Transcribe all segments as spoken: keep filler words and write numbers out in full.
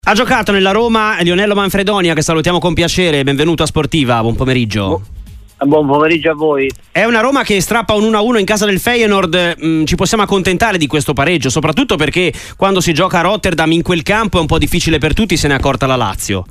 Ha giocato nella Roma Lionello Manfredonia, che salutiamo con piacere. Benvenuto a Sportiva, buon pomeriggio. Buon pomeriggio a voi. È una Roma che strappa un uno a uno in casa del Feyenoord. Mm, ci possiamo accontentare di questo pareggio, soprattutto perché quando si gioca a Rotterdam in quel campo è un po' difficile per tutti, se ne è accorta la Lazio.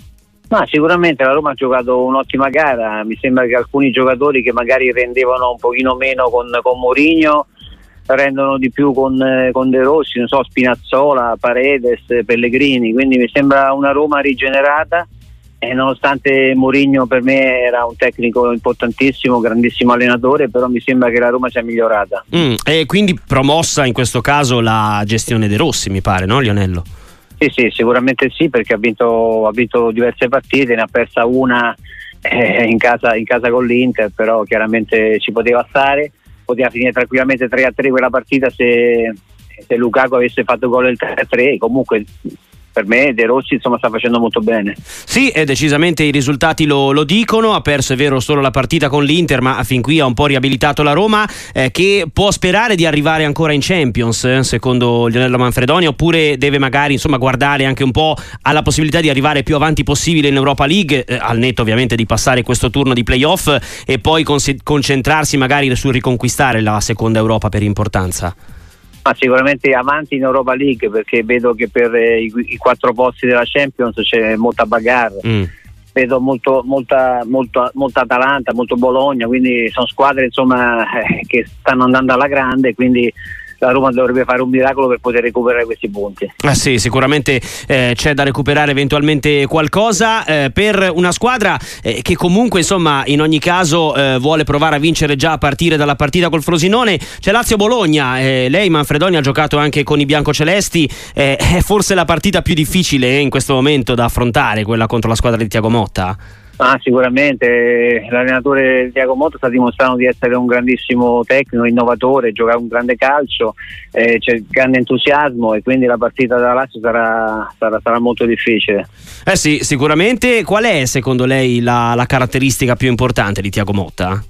Ma sicuramente la Roma ha giocato un'ottima gara. Mi sembra che alcuni giocatori che magari rendevano un pochino meno con, con Mourinho rendono di più con, eh, con De Rossi, non so, Spinazzola, Paredes, Pellegrini, quindi mi sembra una Roma rigenerata. E nonostante Mourinho per me era un tecnico importantissimo, grandissimo allenatore, però mi sembra che la Roma sia migliorata. Mm, e quindi promossa in questo caso la gestione De Rossi, mi pare, no Lionello? Sì, sì, sicuramente sì, perché ha vinto, ha vinto diverse partite, ne ha persa una eh, in casa, in casa con l'Inter, però chiaramente ci poteva stare, poteva finire tranquillamente tre a tre quella partita se, se Lukaku avesse fatto gol il tre a tre. Comunque per me De Rossi insomma sta facendo molto bene. Sì, e decisamente i risultati lo, lo dicono. Ha perso, è vero, solo la partita con l'Inter, ma fin qui ha un po' riabilitato la Roma, eh, che può sperare di arrivare ancora in Champions, eh, secondo Lionello Manfredonia, oppure deve magari insomma guardare anche un po' alla possibilità di arrivare più avanti possibile in Europa League, eh, al netto ovviamente di passare questo turno di playoff e poi cons- concentrarsi magari sul riconquistare la seconda Europa per importanza. Ma sicuramente avanti in Europa League, perché vedo che per eh, i, i quattro posti della Champions c'è molta bagarre. Mm. Vedo molto, molta, molta, molta Atalanta, molto Bologna, quindi sono squadre insomma eh, che stanno andando alla grande, quindi la Roma dovrebbe fare un miracolo per poter recuperare questi punti. Ah sì, sicuramente eh, c'è da recuperare eventualmente qualcosa eh, per una squadra eh, che comunque insomma in ogni caso eh, vuole provare a vincere già a partire dalla partita col Frosinone. C'è Lazio-Bologna, eh, lei Manfredonia ha giocato anche con i biancocelesti, eh, è forse la partita più difficile eh, in questo momento da affrontare, quella contro la squadra di Thiago Motta? Ah, sicuramente l'allenatore Thiago Motta sta dimostrando di essere un grandissimo tecnico, innovatore, gioca un grande calcio, eh, c'è grande entusiasmo e quindi la partita della Lazio sarà, sarà, sarà molto difficile. Eh sì, sicuramente. Qual è secondo lei la, la caratteristica più importante di Thiago Motta?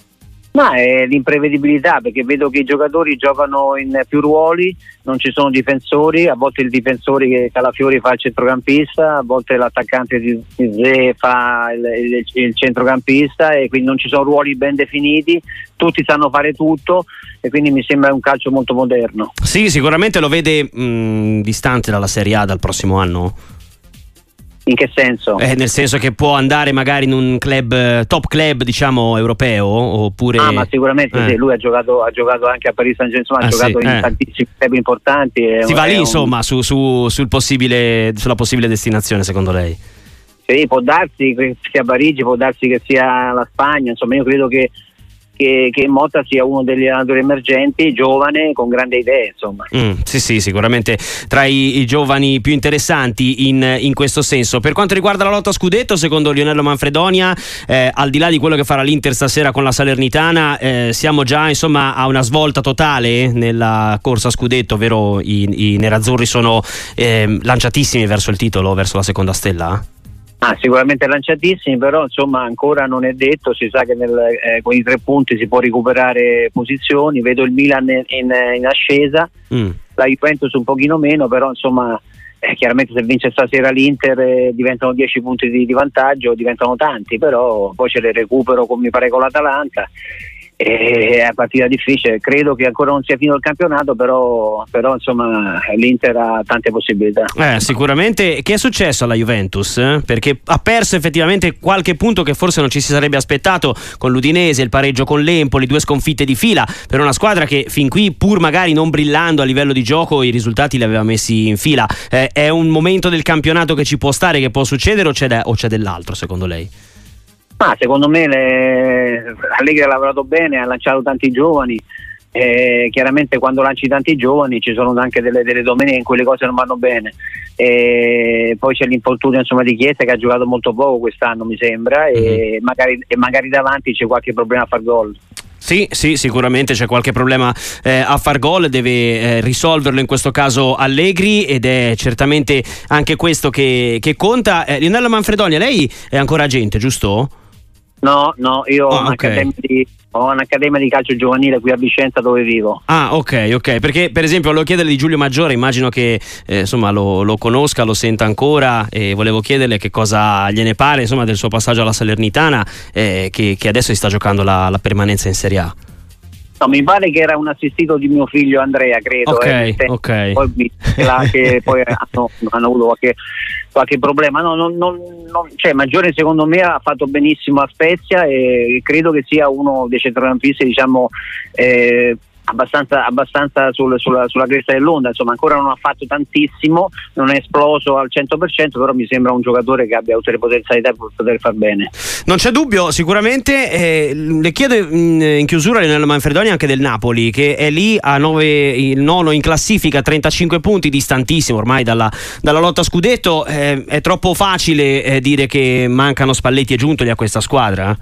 Ma è l'imprevedibilità, perché vedo che i giocatori giocano in più ruoli, non ci sono difensori, a volte il difensore che Calafiori fa il centrocampista, a volte l'attaccante di Zé fa il, il, il centrocampista, e quindi non ci sono ruoli ben definiti, tutti sanno fare tutto e quindi mi sembra un calcio molto moderno. Sì, sicuramente lo vede mh, distante dalla Serie A dal prossimo anno? In che senso? Eh, nel senso che può andare magari in un club, top club diciamo europeo, oppure... Ah, ma sicuramente eh. sì, lui ha giocato, ha giocato anche a Paris Saint-Germain, insomma, ah, ha giocato sì, in eh. tantissimi club importanti. Si va lì un... insomma su, su, sul possibile, sulla possibile destinazione secondo lei? Sì, può darsi che sia Parigi, può darsi che sia la Spagna, insomma io credo che Che, che Motta sia uno degli allenatori emergenti, giovane, con grandi idee insomma. Mm, sì sì, sicuramente tra i, i giovani più interessanti in, in questo senso. Per quanto riguarda la lotta a scudetto, secondo Lionello Manfredonia, eh, al di là di quello che farà l'Inter stasera con la Salernitana, eh, siamo già insomma a una svolta totale nella corsa a scudetto, ovvero i, i nerazzurri sono eh, lanciatissimi verso il titolo, verso la seconda stella? Ah, sicuramente lanciatissimi, però insomma ancora non è detto, si sa che nel, eh, con i tre punti si può recuperare posizioni, vedo il Milan in, in, in ascesa, mm. la Juventus un pochino meno, però insomma eh, chiaramente se vince stasera l'Inter eh, diventano dieci punti di, di vantaggio, diventano tanti, però poi ce le recupero come mi pare con l'Atalanta. È una partita difficile, credo che ancora non sia finito il campionato, però, però insomma l'Inter ha tante possibilità. Eh, sicuramente. Che è successo alla Juventus? Eh? Perché ha perso effettivamente qualche punto che forse non ci si sarebbe aspettato, con l'Udinese, il pareggio con l'Empoli, due sconfitte di fila per una squadra che fin qui, pur magari non brillando a livello di gioco, i risultati li aveva messi in fila. Eh, è un momento del campionato che ci può stare, che può succedere, o c'è, de- o c'è dell'altro secondo lei? Ah, secondo me le... Allegri ha lavorato bene, ha lanciato tanti giovani, eh, chiaramente quando lanci tanti giovani ci sono anche delle, delle domeniche in cui le cose non vanno bene, e poi c'è l'infortunio insomma di Chiesa che ha giocato molto poco quest'anno mi sembra, mm-hmm. e, magari, e magari davanti c'è qualche problema a far gol. Sì, sì, sicuramente c'è qualche problema eh, a far gol, deve eh, risolverlo in questo caso Allegri, ed è certamente anche questo che, che conta. eh, Lionello Manfredonia, lei è ancora agente, giusto? No, no, io ho ah, un'accademia, okay. di, Ho un'accademia di calcio giovanile qui a Vicenza dove vivo. Ah, ok, ok, perché per esempio volevo chiederle di Giulio Maggiore, immagino che eh, insomma lo, lo conosca, lo senta ancora, e volevo chiederle che cosa gliene pare insomma del suo passaggio alla Salernitana, eh, che, che adesso si sta giocando la, la permanenza in Serie A. No, mi pare che era un assistito di mio figlio Andrea, credo. Ok, eh, ok. Poi, là, che poi hanno, hanno avuto qualche, qualche problema. No, non, non, non, cioè, Maggiore secondo me ha fatto benissimo a Spezia e credo che sia uno dei centrocampisti, diciamo, eh, abbastanza, abbastanza sul, sulla, sulla cresta dell'onda. Insomma, ancora non ha fatto tantissimo, non è esploso al cento per cento, però mi sembra un giocatore che abbia tutte le potenzialità per poter far bene. Non c'è dubbio, sicuramente. Eh, le chiedo in, in chiusura Lionel Manfredoni anche del Napoli, che è lì a nove, il nono in classifica, trentacinque punti, distantissimo ormai dalla, dalla lotta scudetto. Eh, è troppo facile eh, dire che mancano Spalletti e Giuntoli a questa squadra?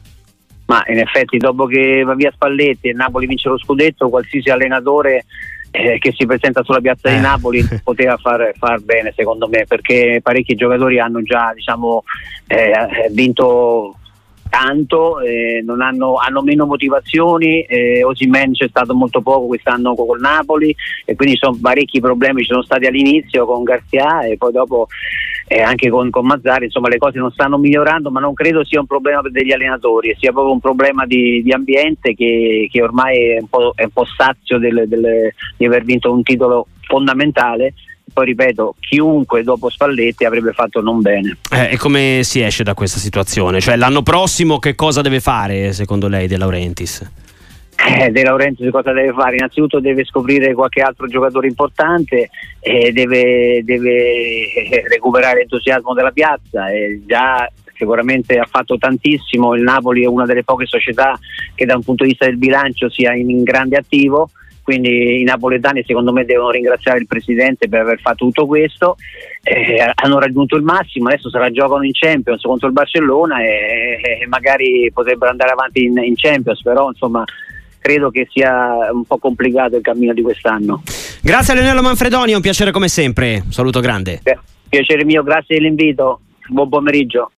Ma in effetti dopo che va via Spalletti e Napoli vince lo scudetto, qualsiasi allenatore eh, che si presenta sulla piazza eh. di Napoli poteva far, far bene, secondo me, perché parecchi giocatori hanno già, diciamo, eh, vinto tanto, eh, non hanno, hanno meno motivazioni. eh, Osimhen c'è stato molto poco quest'anno col Napoli e quindi sono parecchi problemi, ci sono stati all'inizio con Garcia e poi dopo eh, anche con, con Mazzarri. Insomma, le cose non stanno migliorando, ma non credo sia un problema degli allenatori, sia proprio un problema di, di ambiente che, che ormai è un po', è un po' sazio del, del, di aver vinto un titolo fondamentale. Poi ripeto, chiunque dopo Spalletti avrebbe fatto non bene. Eh, e come si esce da questa situazione? Cioè, l'anno prossimo che cosa deve fare secondo lei De Laurentiis? Eh, De Laurentiis cosa deve fare? Innanzitutto deve scoprire qualche altro giocatore importante e deve, deve recuperare l'entusiasmo della piazza. E già sicuramente ha fatto tantissimo. Il Napoli è una delle poche società che da un punto di vista del bilancio sia in, in grande attivo, quindi i napoletani secondo me devono ringraziare il presidente per aver fatto tutto questo. Eh, hanno raggiunto il massimo, adesso se la giocano in Champions contro il Barcellona e, e magari potrebbero andare avanti in, in Champions, però insomma credo che sia un po' complicato il cammino di quest'anno. Grazie a Lionel Manfredoni, è un piacere come sempre, un saluto grande. Piacere mio, grazie dell'invito, buon pomeriggio.